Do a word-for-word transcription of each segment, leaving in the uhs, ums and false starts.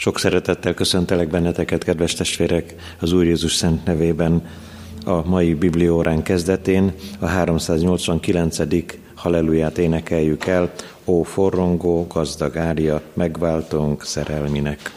Sok szeretettel köszöntelek benneteket, kedves testvérek, az Úr Jézus szent nevében a mai bibliórán kezdetén a háromszáznyolcvankilencedik halleluját énekeljük el, ó forrongó, gazdag árja, megváltónk szerelminek.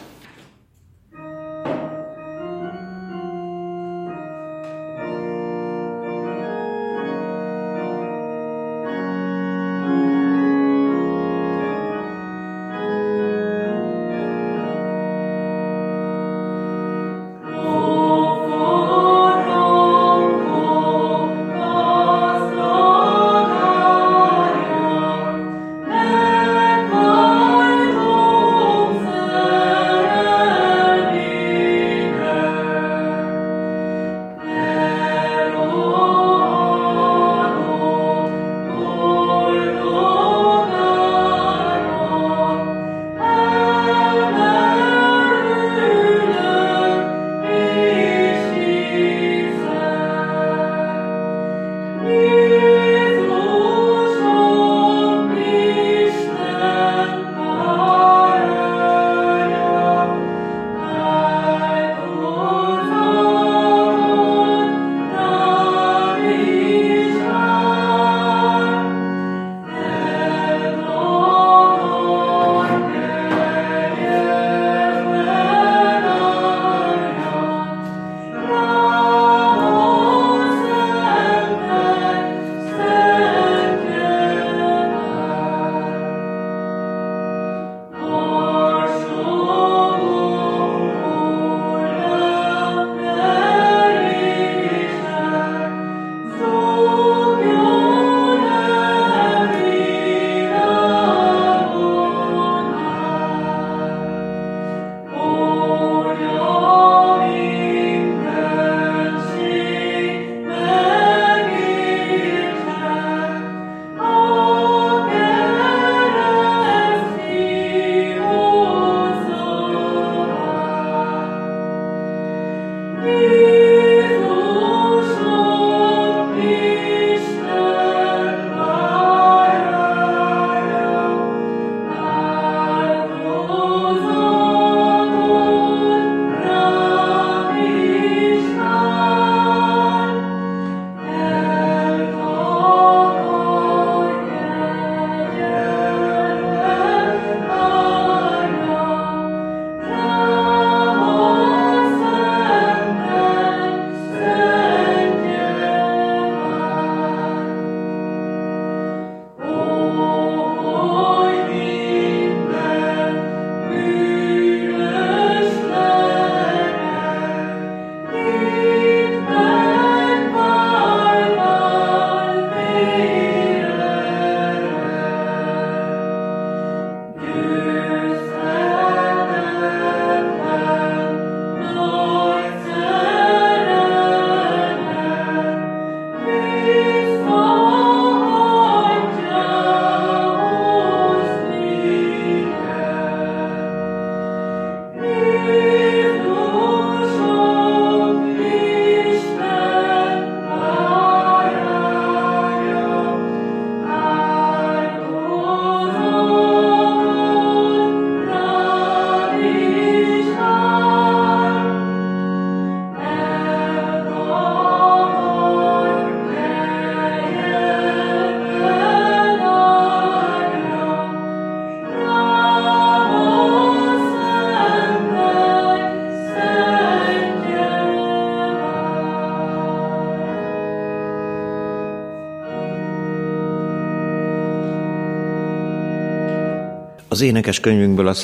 Az énekes könyvünkből a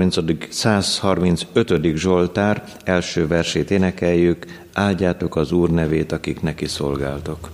százharmincötödik Zsoltár első versét énekeljük, áldjátok az Úr nevét, akik neki szolgáltok.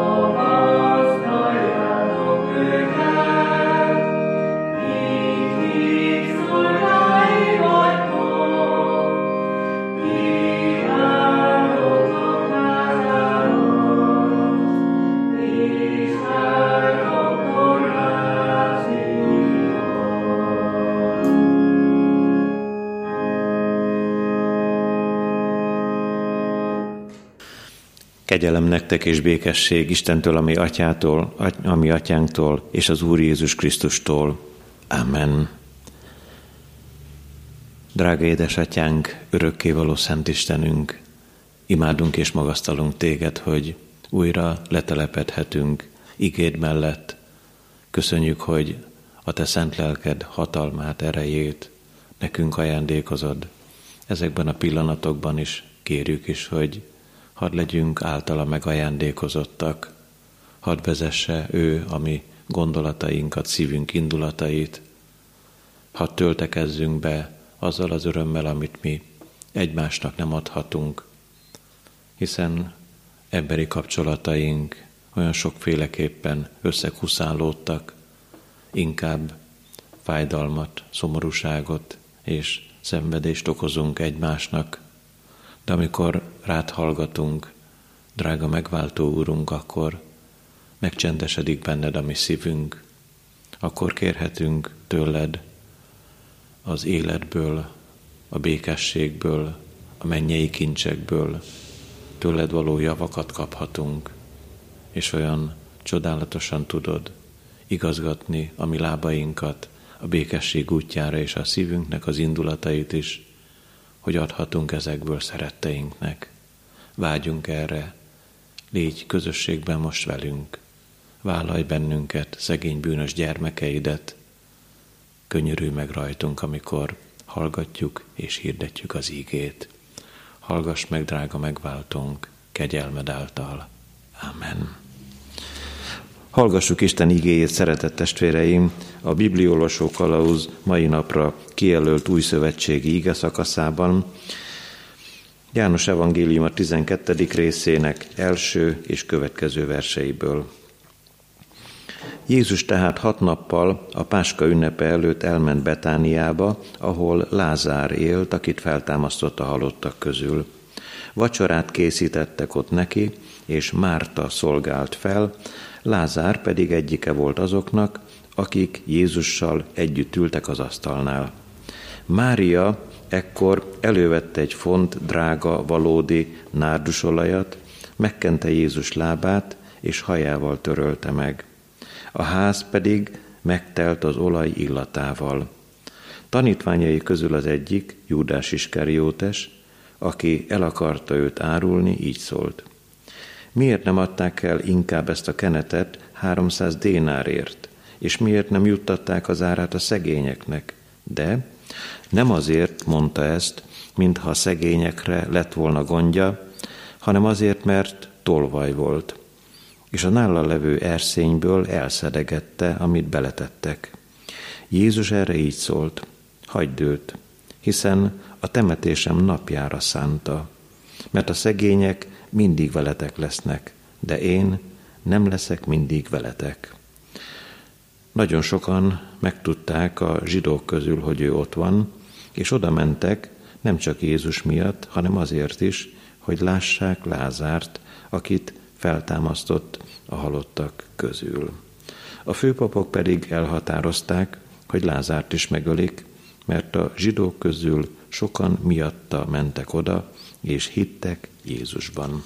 He Kegyelem nektek és békesség Istentől, ami atyától, ami atyánktól, és az Úr Jézus Krisztustól. Amen. Drága édesatyánk, örökkévaló Szent Istenünk, imádunk és magasztalunk téged, hogy újra letelepedhetünk igéd mellett. Köszönjük, hogy a te szent lelked hatalmát, erejét nekünk ajándékozod. Ezekben a pillanatokban is kérjük is, hogy hadd legyünk általa megajándékozottak, hadd vezesse ő a mi gondolatainkat, szívünk indulatait, hadd töltekezzünk be azzal az örömmel, amit mi egymásnak nem adhatunk, hiszen emberi kapcsolataink olyan sokféleképpen összekuszálódtak, inkább fájdalmat, szomorúságot és szenvedést okozunk egymásnak, de amikor rád hallgatunk, drága megváltó Úrunk, akkor megcsendesedik benned a mi szívünk, akkor kérhetünk tőled az életből, a békességből, a mennyei kincsekből, tőled való javakat kaphatunk, és olyan csodálatosan tudod igazgatni a mi lábainkat a békesség útjára, és a szívünknek az indulatait is, hogy adhatunk ezekből szeretteinknek. Vágyunk erre, légy közösségben most velünk, vállalj bennünket, szegény bűnös gyermekeidet, könyörülj meg rajtunk, amikor hallgatjuk és hirdetjük az ígét. Hallgass meg, drága megváltónk, kegyelmed által. Amen. Hallgassuk Isten igéjét, szeretett testvéreim, a Bibliolvasó Kalauz mai napra kijelölt újszövetségi ige szakaszában, János evangélium a tizenkettedik részének első és következő verseiből. Jézus tehát hat nappal a Páska ünnepe előtt elment Betániába, ahol Lázár élt, akit feltámasztott a halottak közül. Vacsorát készítettek ott neki, és Márta szolgált fel, Lázár pedig egyike volt azoknak, akik Jézussal együtt ültek az asztalnál. Mária ekkor elővette egy font drága, valódi nárdusolajat, megkente Jézus lábát, és hajával törölte meg. A ház pedig megtelt az olaj illatával. Tanítványai közül az egyik, Júdás Iskariótes, aki el akarta őt árulni, így szólt. Miért nem adták el inkább ezt a kenetet háromszáz dénárért, és miért nem juttatták az árát a szegényeknek? De nem azért mondta ezt, mintha a szegényekre lett volna gondja, hanem azért, mert tolvaj volt, és a nála levő erszényből elszedegette, amit beletettek. Jézus erre így szólt, hagyd őt, hiszen a temetésem napjára szánta, mert a szegények mindig veletek lesznek, de én nem leszek mindig veletek. Nagyon sokan megtudták a zsidók közül, hogy ő ott van, és oda mentek nem csak Jézus miatt, hanem azért is, hogy lássák Lázárt, akit feltámasztott a halottak közül. A főpapok pedig elhatározták, hogy Lázárt is megölik, mert a zsidók közül sokan miatta mentek oda, és hittek Jézusban.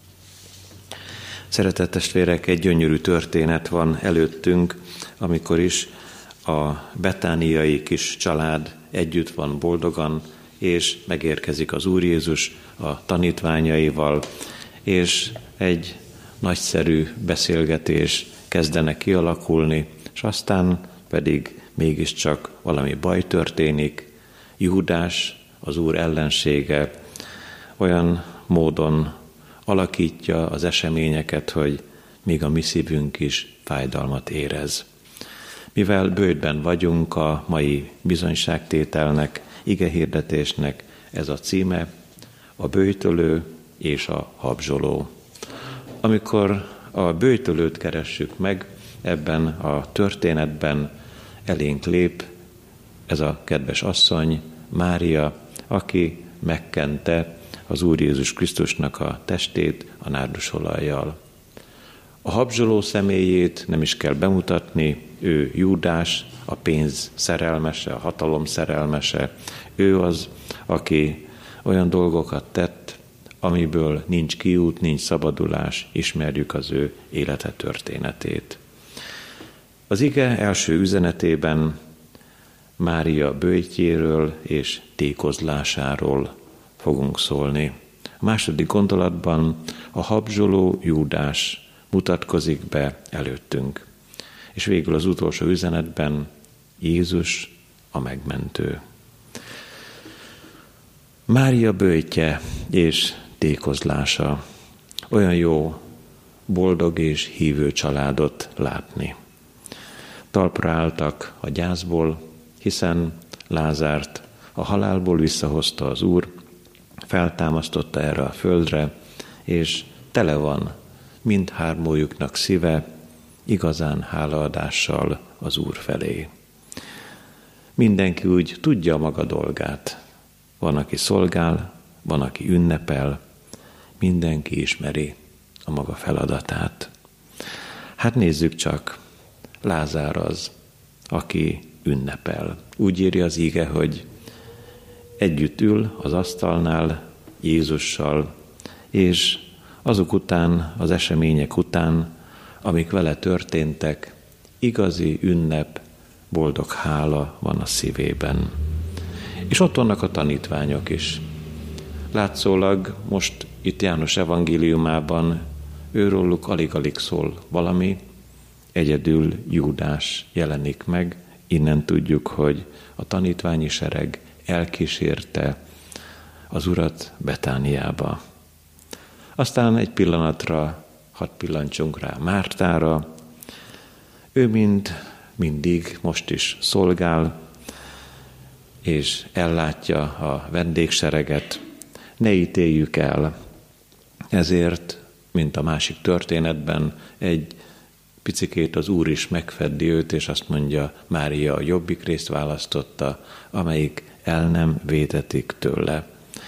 Szeretett testvérek, egy gyönyörű történet van előttünk, amikor is a betániai kis család együtt van boldogan, és megérkezik az Úr Jézus a tanítványaival, és egy nagyszerű beszélgetés kezdenek kialakulni, és aztán pedig mégiscsak valami baj történik. Júdás, az Úr ellensége, olyan módon alakítja az eseményeket, hogy még a mi szívünk is fájdalmat érez. Mivel bőjtben vagyunk a mai bizonyságtételnek, igehirdetésnek, ez a címe, a böjtölő és a habzsoló. Amikor a böjtölőt keressük meg, ebben a történetben elénk lép ez a kedves asszony, Mária, aki megkente az Úr Jézus Krisztusnak a testét a nárdusolajjal. A habzsoló személyét nem is kell bemutatni, ő Júdás, a pénz szerelmese, a hatalom szerelmese. Ő az, aki olyan dolgokat tett, amiből nincs kiút, nincs szabadulás, ismerjük az ő élete történetét. Az ige első üzenetében Mária böjtjéről és tékozlásáról fogunk szólni. A második gondolatban a habzsoló Júdás mutatkozik be előttünk. És végül az utolsó üzenetben Jézus a megmentő. Mária böjtje és tékozlása. Olyan jó, boldog és hívő családot látni. Talpra álltak a gyászból, hiszen Lázárt a halálból visszahozta az Úr, feltámasztotta erre a földre, és tele van mindhármójuknak szíve igazán hálaadással az Úr felé. Mindenki úgy tudja a maga dolgát. Van, aki szolgál, van, aki ünnepel, mindenki ismeri a maga feladatát. Hát nézzük csak, Lázár az, aki ünnepel. Úgy írja az ige, hogy együtt ül az asztalnál Jézussal, és azok után, az események után, amik vele történtek, igazi ünnep, boldog hála van a szívében. És ott vannak a tanítványok is. Látszólag most itt János evangéliumában őróluk alig-alig szól valami, egyedül Júdás jelenik meg, innen tudjuk, hogy a tanítványi sereg elkísérte az Urat Betániába. Aztán egy pillanatra hadd pillantsunk rá Mártára. Ő mind, mindig most is szolgál, és ellátja a vendégsereget. Ne ítéljük el. Ezért, mint a másik történetben, egy picikét az Úr is megfeddi őt, és azt mondja, Mária a jobbik részt választotta, amelyik el nem vétetik tőle.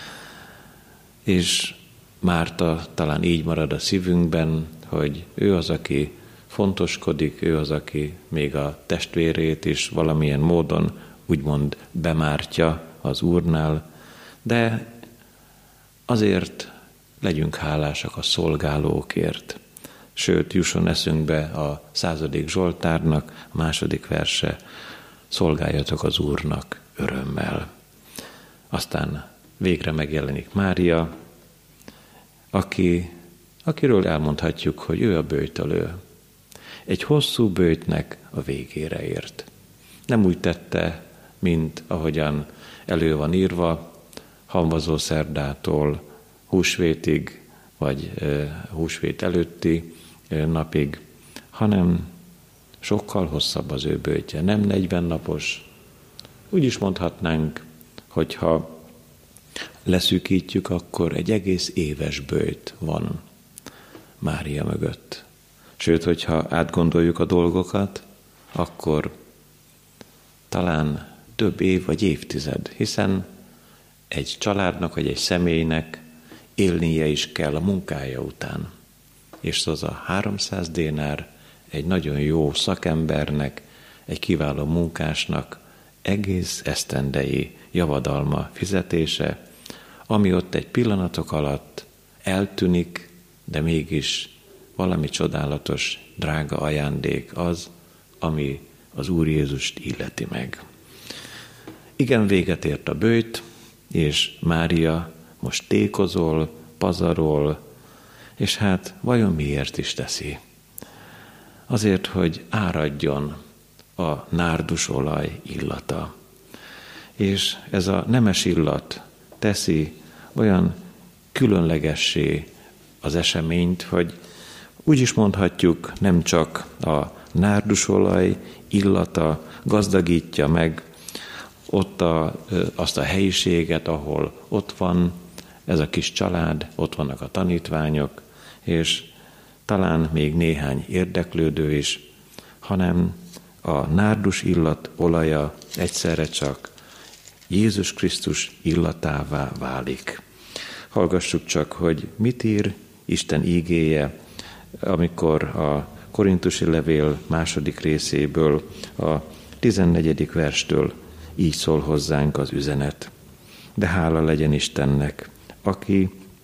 És Márta talán így marad a szívünkben, hogy ő az, aki fontoskodik, ő az, aki még a testvérét is valamilyen módon úgymond bemártja az Úrnál, de azért legyünk hálásak a szolgálókért. Sőt, jusson eszünkbe a századik Zsoltárnak a második verse, szolgáljatok az Úrnak örömmel. Aztán végre megjelenik Mária, aki, akiről elmondhatjuk, hogy ő a böjtölő. Egy hosszú böjtnek a végére ért. Nem úgy tette, mint ahogyan elő van írva, hamvazó szerdától húsvétig, vagy e, húsvét előtti e, napig, hanem sokkal hosszabb az ő böjtje, nem negyven napos. Úgy is mondhatnánk, hogyha leszűkítjük, akkor egy egész éves böjt van Mária mögött. Sőt, hogyha átgondoljuk a dolgokat, akkor talán több év vagy évtized, hiszen egy családnak vagy egy személynek élnie is kell a munkája után. És az a háromszáz dénár egy nagyon jó szakembernek, egy kiváló munkásnak egész esztendei javadalma, fizetése, ami ott egy pillanatok alatt eltűnik, de mégis valami csodálatos, drága ajándék az, ami az Úr Jézust illeti meg. Igen, véget ért a böjt, és Mária most tékozol, pazarol, és hát vajon miért is teszi? Azért, hogy áradjon a nárdusolaj illata. És ez a nemes illat teszi olyan különlegessé az eseményt, hogy úgy is mondhatjuk, nem csak a nárdusolaj illata gazdagítja meg ott a, azt a helyiséget, ahol ott van ez a kis család, ott vannak a tanítványok, és talán még néhány érdeklődő is, hanem a nárdus illat olaja egyszerre csak Jézus Krisztus illatává válik. Hallgassuk csak, hogy mit ír Isten ígéje, amikor a Korintusi levél második részéből, a tizennegyedik verstől így szól hozzánk az üzenet. De hála legyen Istennek, aki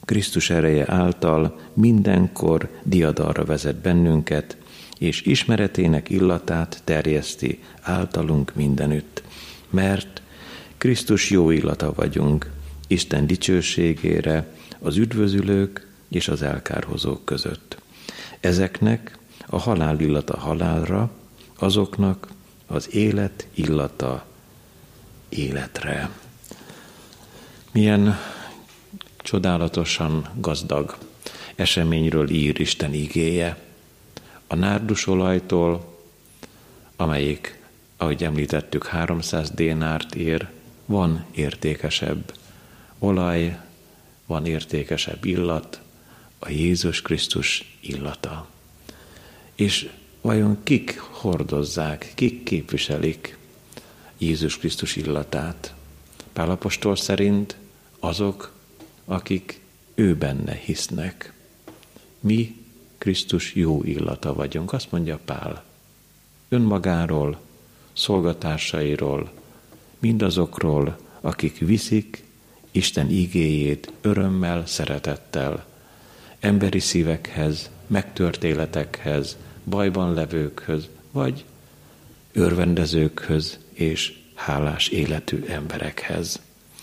Krisztus ereje által mindenkor diadalra vezet bennünket, és ismeretének illatát terjeszti általunk mindenütt. Mert Krisztus jó illata vagyunk, Isten dicsőségére, az üdvözülők és az elkárhozók között. Ezeknek a halál illata halálra, azoknak az élet illata életre. Milyen csodálatosan gazdag eseményről ír Isten igéje. A nárdusolajtól, amelyik, ahogy említettük, háromszáz dénárt ér, van értékesebb olaj, van értékesebb illat, a Jézus Krisztus illata. És vajon kik hordozzák, kik képviselik Jézus Krisztus illatát? Pál apostol szerint azok, akik ő benne hisznek. Mi Krisztus jó illata vagyunk, azt mondja Pál. Önmagáról, szolgatársairól, mindazokról, akik viszik Isten igéjét örömmel, szeretettel, emberi szívekhez, megtört életekhez, bajban levőkhöz, vagy örvendezőkhöz és hálás életű emberekhez.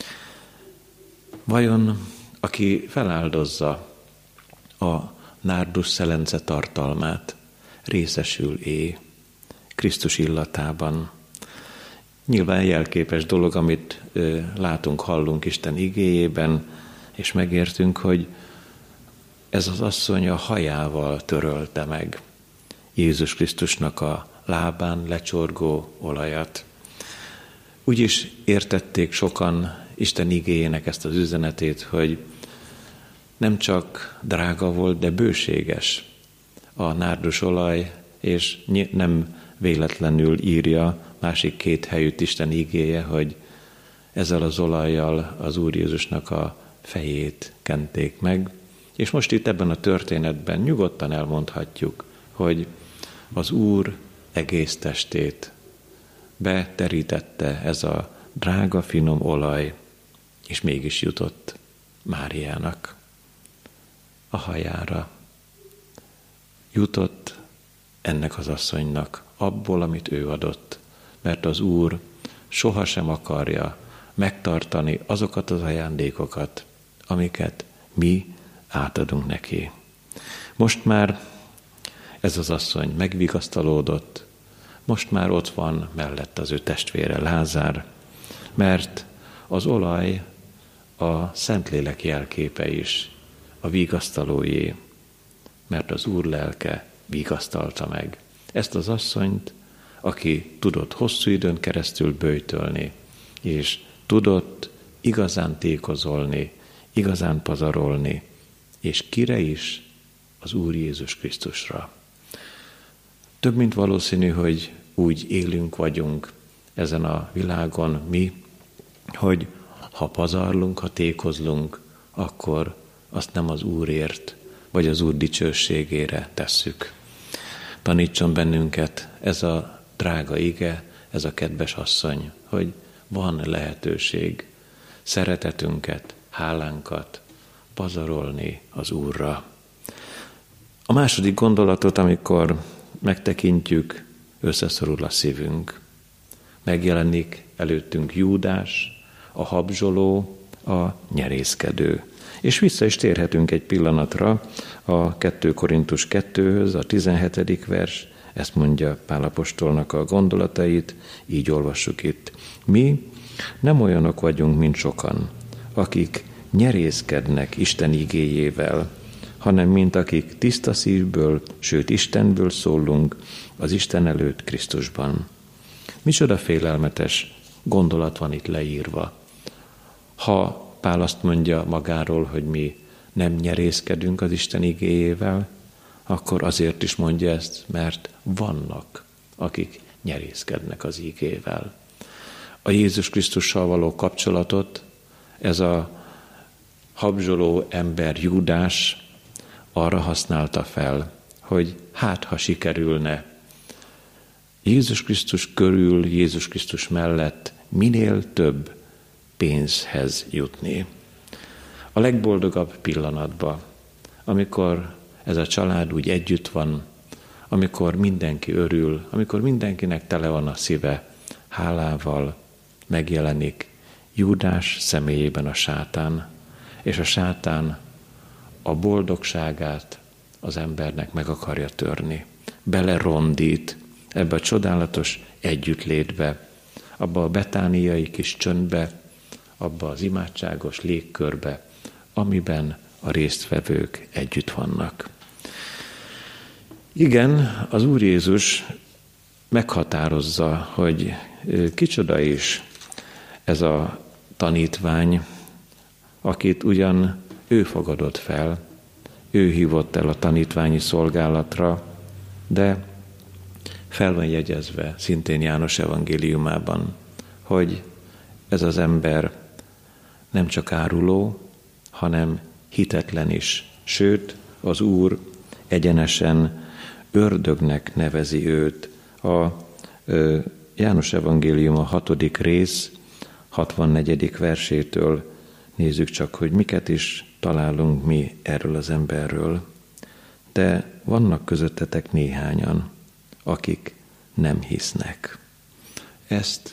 Vajon, aki feláldozza a nárdus szelence tartalmát, részesül-é Krisztus illatában? Nyilván jelképes dolog, amit ö, látunk, hallunk Isten igéjében, és megértünk, hogy ez az asszony a hajával törölte meg Jézus Krisztusnak a lábán lecsorgó olajat. Úgy is értették sokan Isten igéjének ezt az üzenetét, hogy nem csak drága volt, de bőséges a nárdus olaj, és nem véletlenül írja másik két helyütt Isten igéje, hogy ezzel az olajjal az Úr Jézusnak a fejét kenték meg. És most itt ebben a történetben nyugodtan elmondhatjuk, hogy az Úr egész testét beterítette ez a drága, finom olaj, és mégis jutott Máriának a hajára. Jutott ennek az asszonynak abból, amit ő adott, mert az Úr sohasem akarja megtartani azokat az ajándékokat, amiket mi átadunk neki. Most már ez az asszony megvigasztalódott, most már ott van mellett az ő testvére Lázár, mert az olaj a Szentlélek jelképe is, a vigasztalójé, mert az Úr lelke vigasztalta meg ezt az asszonyt, aki tudott hosszú időn keresztül böjtölni, és tudott igazán tékozolni, igazán pazarolni, és kire is? Az Úr Jézus Krisztusra. Több mint valószínű, hogy úgy élünk vagyunk ezen a világon mi, hogy ha pazarlunk, ha tékozlunk, akkor azt nem az Úrért, vagy az Úr dicsőségére tesszük. Tanítson bennünket ez a drága ige, ez a kedves asszony, hogy van lehetőség szeretetünket, hálánkat pazarolni az Úrra. A második gondolatot, amikor megtekintjük, összeszorul a szívünk. Megjelenik előttünk Júdás, a habzsoló, a nyerészkedő. És vissza is térhetünk egy pillanatra a kettő Korintus kettőhöz, a tizenhetedik vers, ezt mondja Pál apostolnak a gondolatait, így olvassuk itt. Mi nem olyanok vagyunk, mint sokan, akik nyerészkednek Isten igéjével, hanem mint akik tiszta szívből, sőt Istenből szólunk az Isten előtt Krisztusban. Micsoda félelmetes gondolat van itt leírva. Ha Pál azt mondja magáról, hogy mi nem nyerészkedünk az Isten igéjével, akkor azért is mondja ezt, mert vannak, akik nyerészkednek az igével. A Jézus Krisztussal való kapcsolatot ez a habzsoló ember Júdás arra használta fel, hogy hát, ha sikerülne Jézus Krisztus körül, Jézus Krisztus mellett minél több pénzhez jutni. A legboldogabb pillanatban, amikor ez a család úgy együtt van, amikor mindenki örül, amikor mindenkinek tele van a szíve, hálával megjelenik Júdás személyében a sátán, és a sátán a boldogságát az embernek meg akarja törni. Belerondít ebbe a csodálatos együttlétbe, abba a betániai kis csöndbe, abba az imádságos légkörbe, amiben a résztvevők együtt vannak. Igen, az Úr Jézus meghatározza, hogy kicsoda is ez a tanítvány, akit ugyan ő fogadott fel, ő hívott el a tanítványi szolgálatra, de fel van jegyezve szintén János evangéliumában, hogy ez az ember nem csak áruló, hanem hitetlen is. Sőt, az Úr egyenesen ördögnek nevezi őt. A ö, János evangélium a hatodik rész, hatvannegyedik versétől nézzük csak, hogy miket is találunk mi erről az emberről. De vannak közöttetek néhányan, akik nem hisznek. Ezt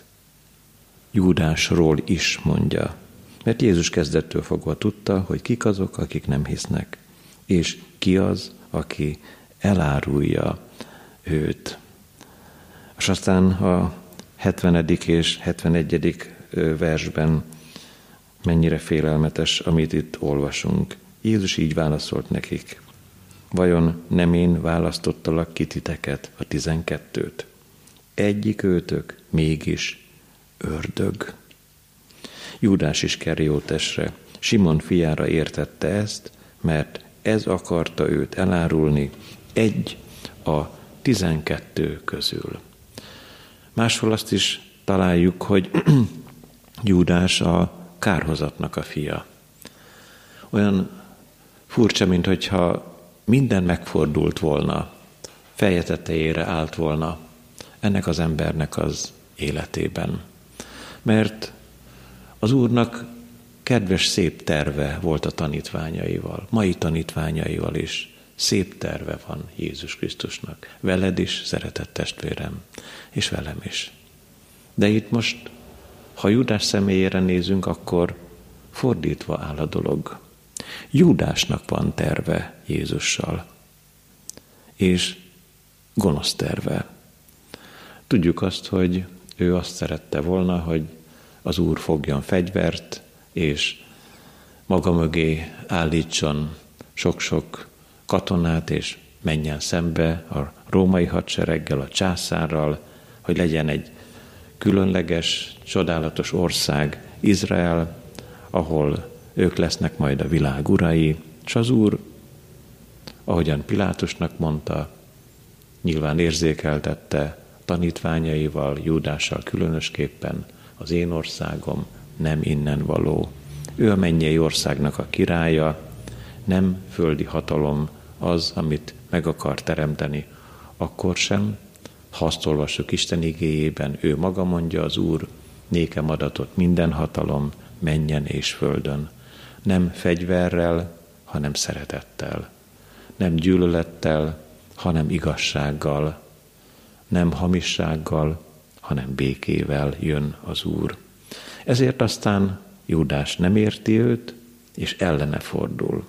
Júdásról is mondja, mert Jézus kezdettől fogva tudta, hogy kik azok, akik nem hisznek, és ki az, aki elárulja őt. És aztán a hetvenedik és hetvenegyedik versben mennyire félelmetes, amit itt olvasunk. Jézus így válaszolt nekik: vajon nem én választottalak ki titeket, a tizenkettőt? Egyik őtök mégis ördög. Júdás Iskariótesre, Simon fiára értette ezt, mert ez akarta őt elárulni, egy a tizenkettő közül. Máshol azt is találjuk, hogy Júdás a kárhozatnak a fia. Olyan furcsa, minthogyha minden megfordult volna, feje tetejére állt volna ennek az embernek az életében. Mert az Úrnak kedves, szép terve volt a tanítványaival, mai tanítványaival is. Szép terve van Jézus Krisztusnak. Veled is, szeretett testvérem, és velem is. De itt most, ha Júdás személyére nézünk, akkor fordítva áll a dolog. Júdásnak van terve Jézussal, és gonosz terve. Tudjuk azt, hogy ő azt szerette volna, hogy az Úr fogjon fegyvert, és maga mögé állítson sok-sok katonát, és menjen szembe a római hadsereggel, a császárral, hogy legyen egy különleges, csodálatos ország, Izrael, ahol ők lesznek majd a világ urai, és az Úr, ahogyan Pilátusnak mondta, nyilván érzékeltette tanítványaival, Júdással különösképpen, az én országom nem innen való. Ő a mennyei országnak a királya, nem földi hatalom az, amit meg akar teremteni, akkor sem, ha azt olvassuk Isten igéjében, ő maga mondja, az Úr, nékem adatott minden hatalom, mennyen és földön. Nem fegyverrel, hanem szeretettel. Nem gyűlölettel, hanem igazsággal. Nem hamissággal, hanem békével jön az Úr. Ezért aztán Júdás nem érti őt, és ellene fordul.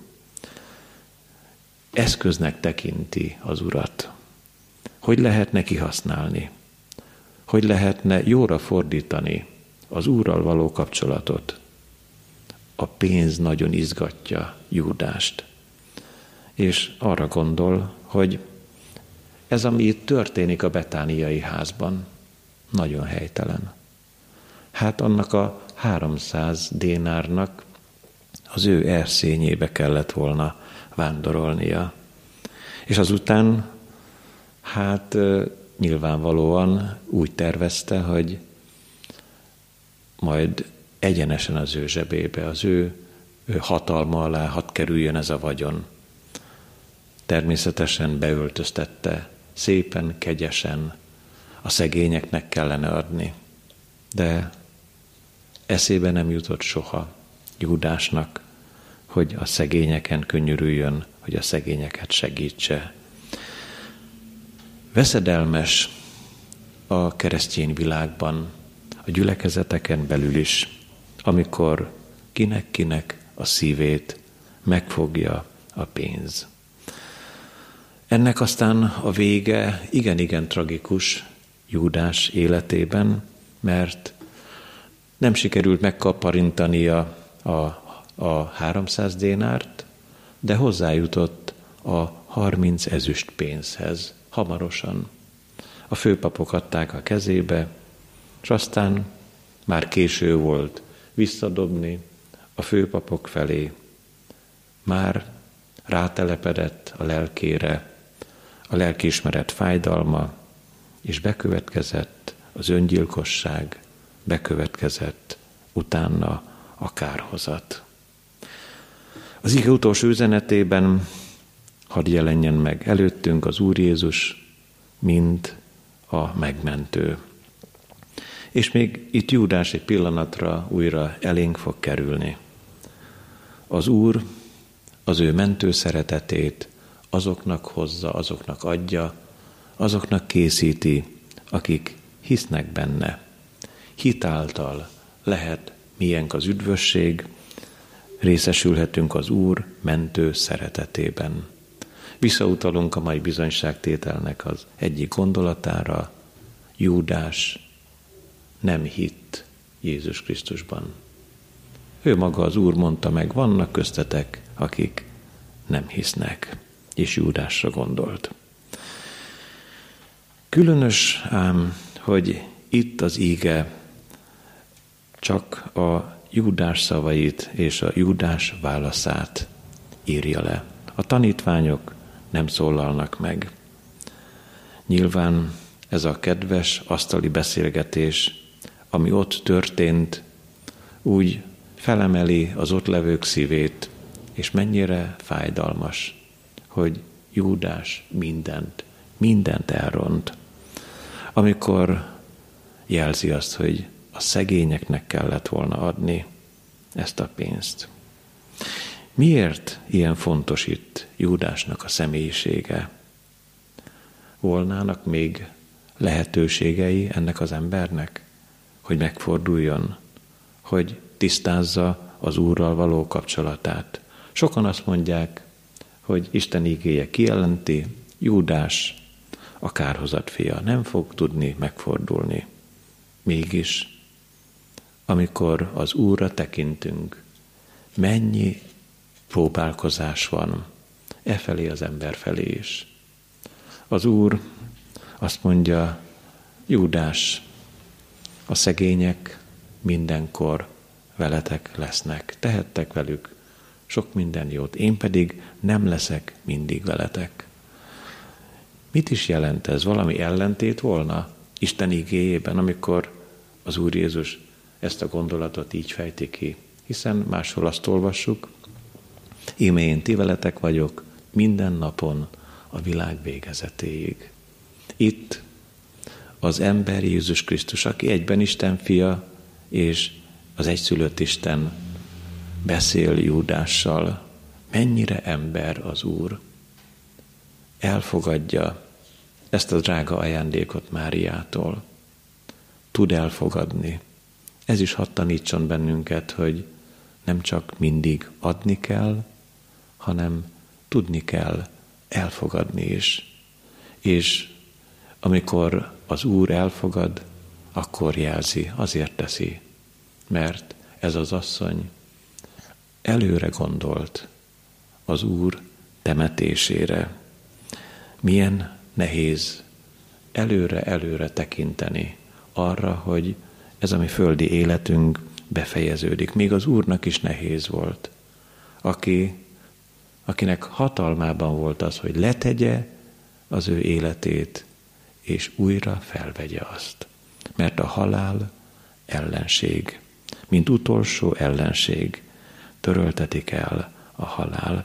Eszköznek tekinti az Urat. Hogy lehetne kihasználni? Hogy lehetne jóra fordítani az Úrral való kapcsolatot? A pénz nagyon izgatja Júdást. És arra gondol, hogy ez, ami itt történik a betániai házban, nagyon helytelen. Hát annak a háromszáz dénárnak az ő erszényébe kellett volna vándorolnia. És azután, hát nyilvánvalóan úgy tervezte, hogy majd egyenesen az ő zsebébe, az ő, ő hatalma alá hadd kerüljön ez a vagyon. Természetesen beöltöztette, szépen, kegyesen, a szegényeknek kellene adni. De eszébe nem jutott soha Júdásnak, hogy a szegényeken könyörüljön, hogy a szegényeket segítse. Veszedelmes a keresztény világban, a gyülekezeteken belül is, amikor kinek-kinek a szívét megfogja a pénz. Ennek aztán a vége igen-igen tragikus Júdás életében, mert nem sikerült megkaparintania a, a háromszáz dénárt, de hozzájutott a harminc ezüst pénzhez hamarosan. A főpapok adták a kezébe, és aztán már késő volt visszadobni a főpapok felé. Már rátelepedett a lelkére a lelkiismeret fájdalma, és bekövetkezett az öngyilkosság, bekövetkezett utána a kárhozat. Az ige utolsó üzenetében hadd jelenjen meg előttünk az Úr Jézus, mint a megmentő. És még itt Júdás egy pillanatra újra elénk fog kerülni. Az Úr az ő mentő szeretetét azoknak hozza, azoknak adja, azoknak készíti, akik hisznek benne. Hitáltal lehet miénk az üdvösség, részesülhetünk az Úr mentő szeretetében. Visszautalunk a mai bizonyságtételnek az egyik gondolatára: Júdás nem hitt Jézus Krisztusban. Ő maga, az Úr mondta meg, vannak köztetek, akik nem hisznek, és Júdásra gondolt. Különös ám, hogy itt az íge csak a Júdás szavait és a Júdás válaszát írja le. A tanítványok nem szólalnak meg. Nyilván ez a kedves asztali beszélgetés, ami ott történt, úgy felemeli az ott levők szívét, és mennyire fájdalmas, hogy Júdás mindent, mindent elront, amikor jelzi azt, hogy a szegényeknek kellett volna adni ezt a pénzt. Miért ilyen fontos itt Júdásnak a személyisége? Volnának még lehetőségei ennek az embernek, hogy megforduljon, hogy tisztázza az Úrral való kapcsolatát. Sokan azt mondják, hogy Isten igéje kijelenti, Júdás a kárhozat fia, nem fog tudni megfordulni. Mégis, amikor az Úrra tekintünk, mennyi próbálkozás van e felé az ember felé is. Az Úr azt mondja, Júdás, a szegények mindenkor veletek lesznek, tehettek velük sok minden jót, én pedig nem leszek mindig veletek. Mit is jelent ez? Valami ellentét volna Isten igéjében, amikor az Úr Jézus ezt a gondolatot így fejti ki? Hiszen máshol azt olvassuk, íme én ti veletek vagyok minden napon a világ végezetéig. Itt az ember Jézus Krisztus, aki egyben Isten fia, és az egyszülött Isten beszél Júdással. Mennyire ember az Úr. Elfogadja ezt a drága ajándékot Máriától. Tud elfogadni. Ez is hadd tanítson bennünket, hogy nem csak mindig adni kell, hanem tudni kell elfogadni is. És amikor az Úr elfogad, akkor jelzi, azért teszi, mert ez az asszony előre gondolt az Úr temetésére. Milyen nehéz előre-előre tekinteni arra, hogy ez a mi földi életünk befejeződik. Még az Úrnak is nehéz volt, aki, akinek hatalmában volt az, hogy letegye az ő életét, és újra felvegye azt. Mert a halál ellenség, mint utolsó ellenség, töröltetik el a halál.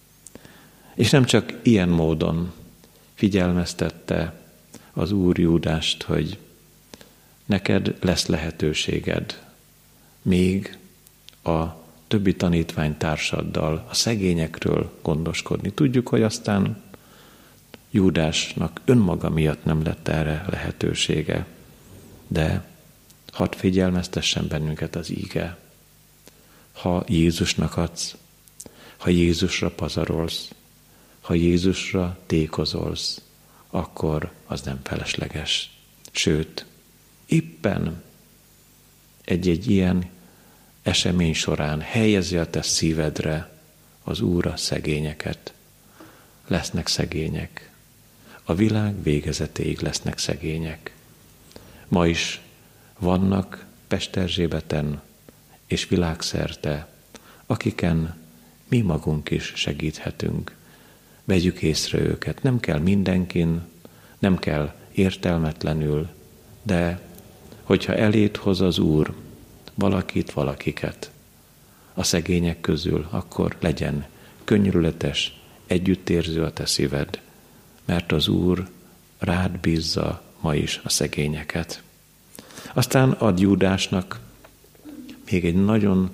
És nem csak ilyen módon figyelmeztette az Úr Júdást, hogy neked lesz lehetőséged még a többi tanítvány társaddal a szegényekről gondoskodni. Tudjuk, hogy aztán Júdásnak önmaga miatt nem lett erre lehetősége, de hadd figyelmeztessen bennünket az íge. Ha Jézusnak adsz, ha Jézusra pazarolsz, ha Jézusra tékozolsz, akkor az nem felesleges. Sőt, éppen egy-egy ilyen esemény során helyezi a te szívedre az Úr a szegényeket. Lesznek szegények. A világ végezetéig lesznek szegények. Ma is vannak Pesterzsébeten és világszerte, akiken mi magunk is segíthetünk. Vegyük észre őket. Nem kell mindenkin, nem kell értelmetlenül, de hogyha elét hoz az Úr valakit, valakiket a szegények közül, akkor legyen könnyörületes, együttérző a te szíved, mert az Úr rád bízza ma is a szegényeket. Aztán ad Júdásnak még egy nagyon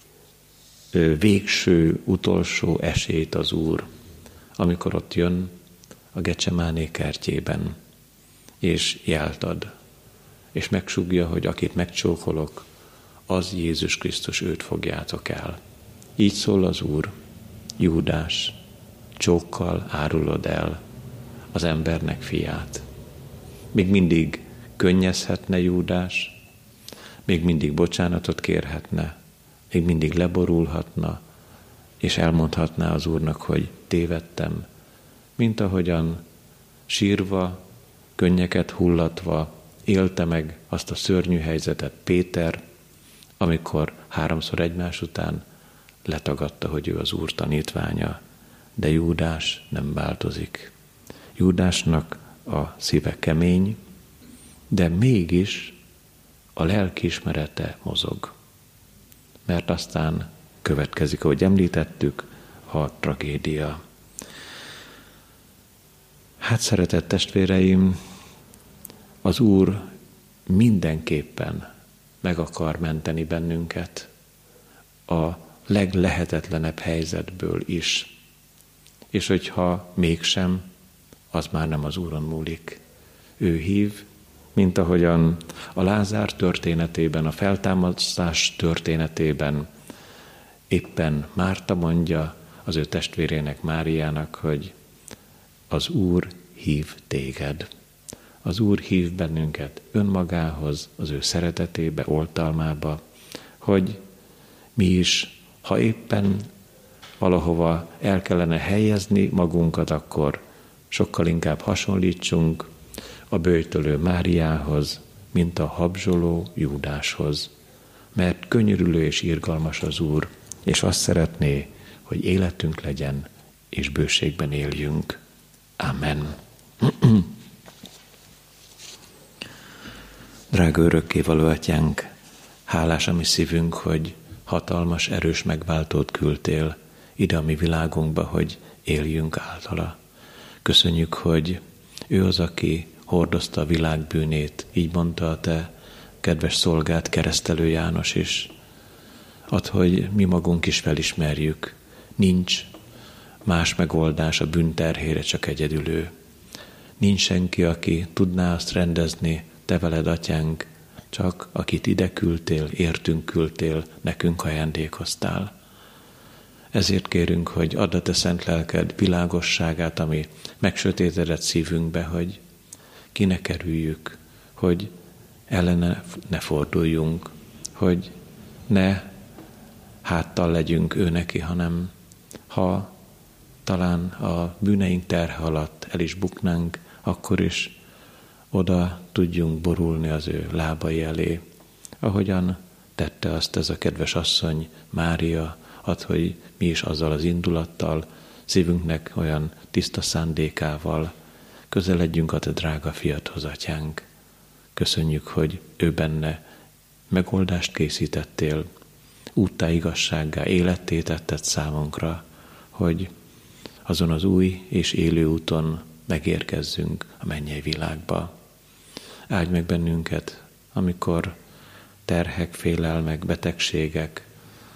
végső, utolsó esélyt az Úr, amikor ott jön a Gecsemáné kertjében, és jelt ad, és megsúgja, hogy akit megcsókolok, az Jézus Krisztus, őt fogjátok el. Így szól az Úr: Júdás, csókkal árulod el az embernek fiát. Még mindig könnyezhetne Júdás, még mindig bocsánatot kérhetne, még mindig leborulhatna, és elmondhatná az Úrnak, hogy tévedtem, mint ahogyan sírva, könnyeket hullatva élte meg azt a szörnyű helyzetet Péter, amikor háromszor egymás után letagadta, hogy ő az Úr tanítványa. De Júdás nem változik. Júdásnak a szíve kemény, de mégis a lelkiismerete mozog. Mert aztán következik, ahogy említettük, a tragédia. Hát, szeretett testvéreim, az Úr mindenképpen meg akar menteni bennünket a leglehetetlenebb helyzetből is. És hogyha mégsem, az már nem az Úron múlik. Ő hív, mint ahogyan a Lázár történetében, a feltámadás történetében éppen Márta mondja az ő testvérének, Máriának, hogy az Úr hív téged. Az Úr hív bennünket önmagához, az ő szeretetébe, oltalmába, hogy mi is, ha éppen valahova el kellene helyezni magunkat, akkor sokkal inkább hasonlítsunk a böjtölő Máriához, mint a habzsoló Júdáshoz. Mert könyörülő és irgalmas az Úr, és azt szeretné, hogy életünk legyen, és bőségben éljünk. Amen. Drága örökkévaló Atyánk, hálás a mi szívünk, hogy hatalmas, erős megváltót küldtél ide a mi világunkba, hogy éljünk általa. Köszönjük, hogy ő az, aki hordozta a világ bűnét, így mondta a te kedves szolgád, Keresztelő János is. Add, hogy mi magunk is felismerjük, nincs más megoldás a bűn terhére, csak egyedül ő. Nincs senki, aki tudná azt rendezni, te veled, Atyánk, csak akit ide küldtél, értünk küldtél, nekünk ajándékoztál. Ezért kérünk, hogy add a te szent lelked világosságát, ami megsötétedett szívünkbe, hogy ki ne kerüljük, hogy ellene ne forduljunk, hogy ne háttal legyünk ő neki, hanem ha talán a bűneink terhe alatt el is buknánk, akkor is oda tudjunk borulni az ő lábai elé. Ahogyan tette azt ez a kedves asszony, Mária, add, hogy mi is azzal az indulattal, szívünknek olyan tiszta szándékával közeledjünk a te drága fiadhoz, Atyánk. Köszönjük, hogy ő benne megoldást készítettél, úttá, igazsággá, életté tetted számunkra, hogy azon az új és élő úton megérkezzünk a mennyei világba. Áldj meg bennünket, amikor terhek, félelmek, betegségek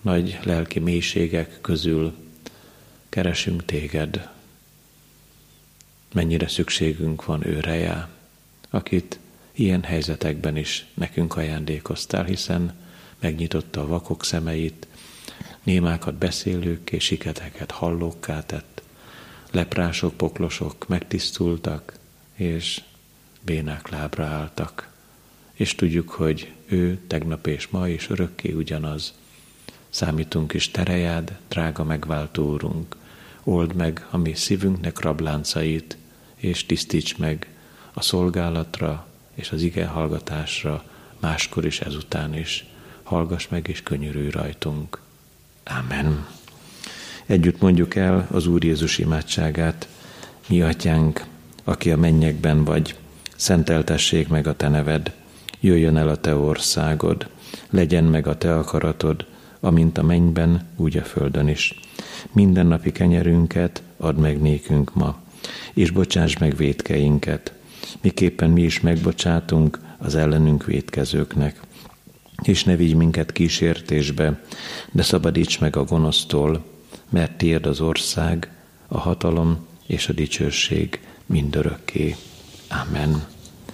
nagy lelki mélységek közül keresünk téged. Mennyire szükségünk van őrejá, akit ilyen helyzetekben is nekünk ajándékoztál, hiszen megnyitotta a vakok szemeit, némákat beszélőkké, siketeket hallókká tett, leprások, poklosok megtisztultak, és bénák lábra álltak. És tudjuk, hogy ő tegnap és ma is örökké ugyanaz. Számítunk is terejád, drága megváltó Úrunk, old meg a mi szívünknek rabláncait, és tisztíts meg a szolgálatra és az ige hallgatásra, máskor is ezután is. Hallgass meg és könyörülj rajtunk. Amen. Együtt mondjuk el az Úr Jézus imádságát. Mi atyánk, aki a mennyekben vagy, szenteltessék meg a te neved, jöjjön el a te országod, legyen meg a te akaratod, amint a mennyben, úgy a földön is. Mindennapi kenyerünket add meg nékünk ma, és bocsáss meg vétkeinket, miképpen mi is megbocsátunk az ellenünk vétkezőknek. És ne vigy minket kísértésbe, de szabadíts meg a gonosztól, mert tiéd az ország, a hatalom és a dicsőség mindörökké. Amen.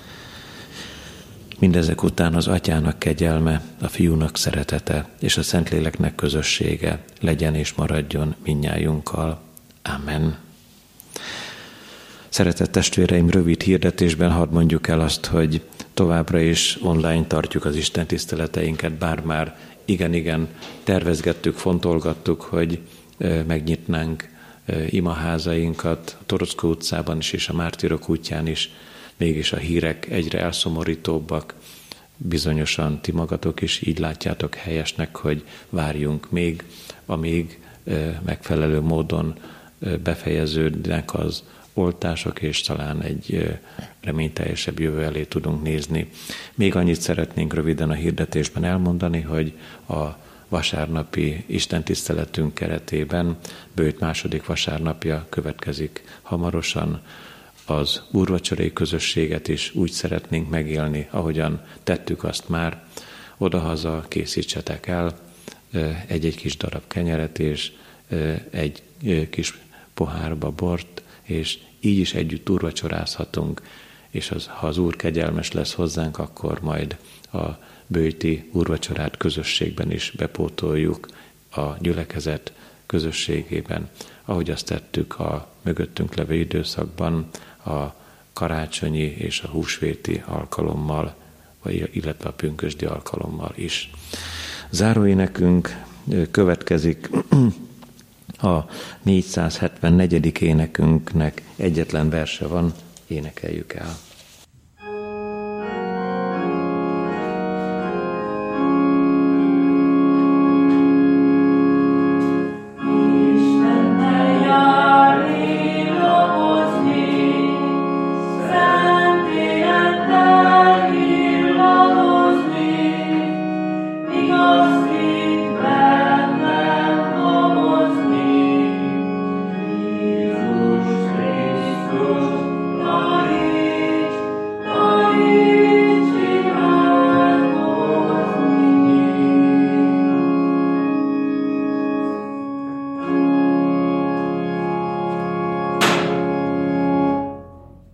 Mindezek után az Atyának kegyelme, a Fiúnak szeretete és a Szentléleknek közössége legyen és maradjon mindnyájunkkal. Amen. Szeretett testvéreim, rövid hirdetésben hadd mondjuk el azt, hogy továbbra is online tartjuk az Isten tiszteleteinket, bár már igen-igen tervezgettük, fontolgattuk, hogy megnyitnánk imaházainkat a Toroczko utcában is és a Mártírok útján is, mégis a hírek egyre elszomorítóbbak. Bizonyosan ti magatok is így látjátok helyesnek, hogy várjunk még, amíg megfelelő módon befejeződnek az oltások, és talán egy reményteljesebb jövő elé tudunk nézni. Még annyit szeretnénk röviden a hirdetésben elmondani, hogy a vasárnapi istentiszteletünk keretében bőjt második vasárnapja következik hamarosan. Az úrvacsorai közösséget is úgy szeretnénk megélni, ahogyan tettük azt már. Odahaza készítsetek el egy-egy kis darab kenyeret és egy kis pohárba bort, és így is együtt úrvacsorázhatunk, és az, ha az Úr kegyelmes lesz hozzánk, akkor majd a bőjti úrvacsorát közösségben is bepótoljuk a gyülekezet közösségében, ahogy azt tettük a mögöttünk levő időszakban, a karácsonyi és a húsvéti alkalommal, vagy illetve a pünkösdi alkalommal is. Záróénekünk következik. A négyszázhetvennegyedik énekünknek egyetlen verse van, énekeljük el.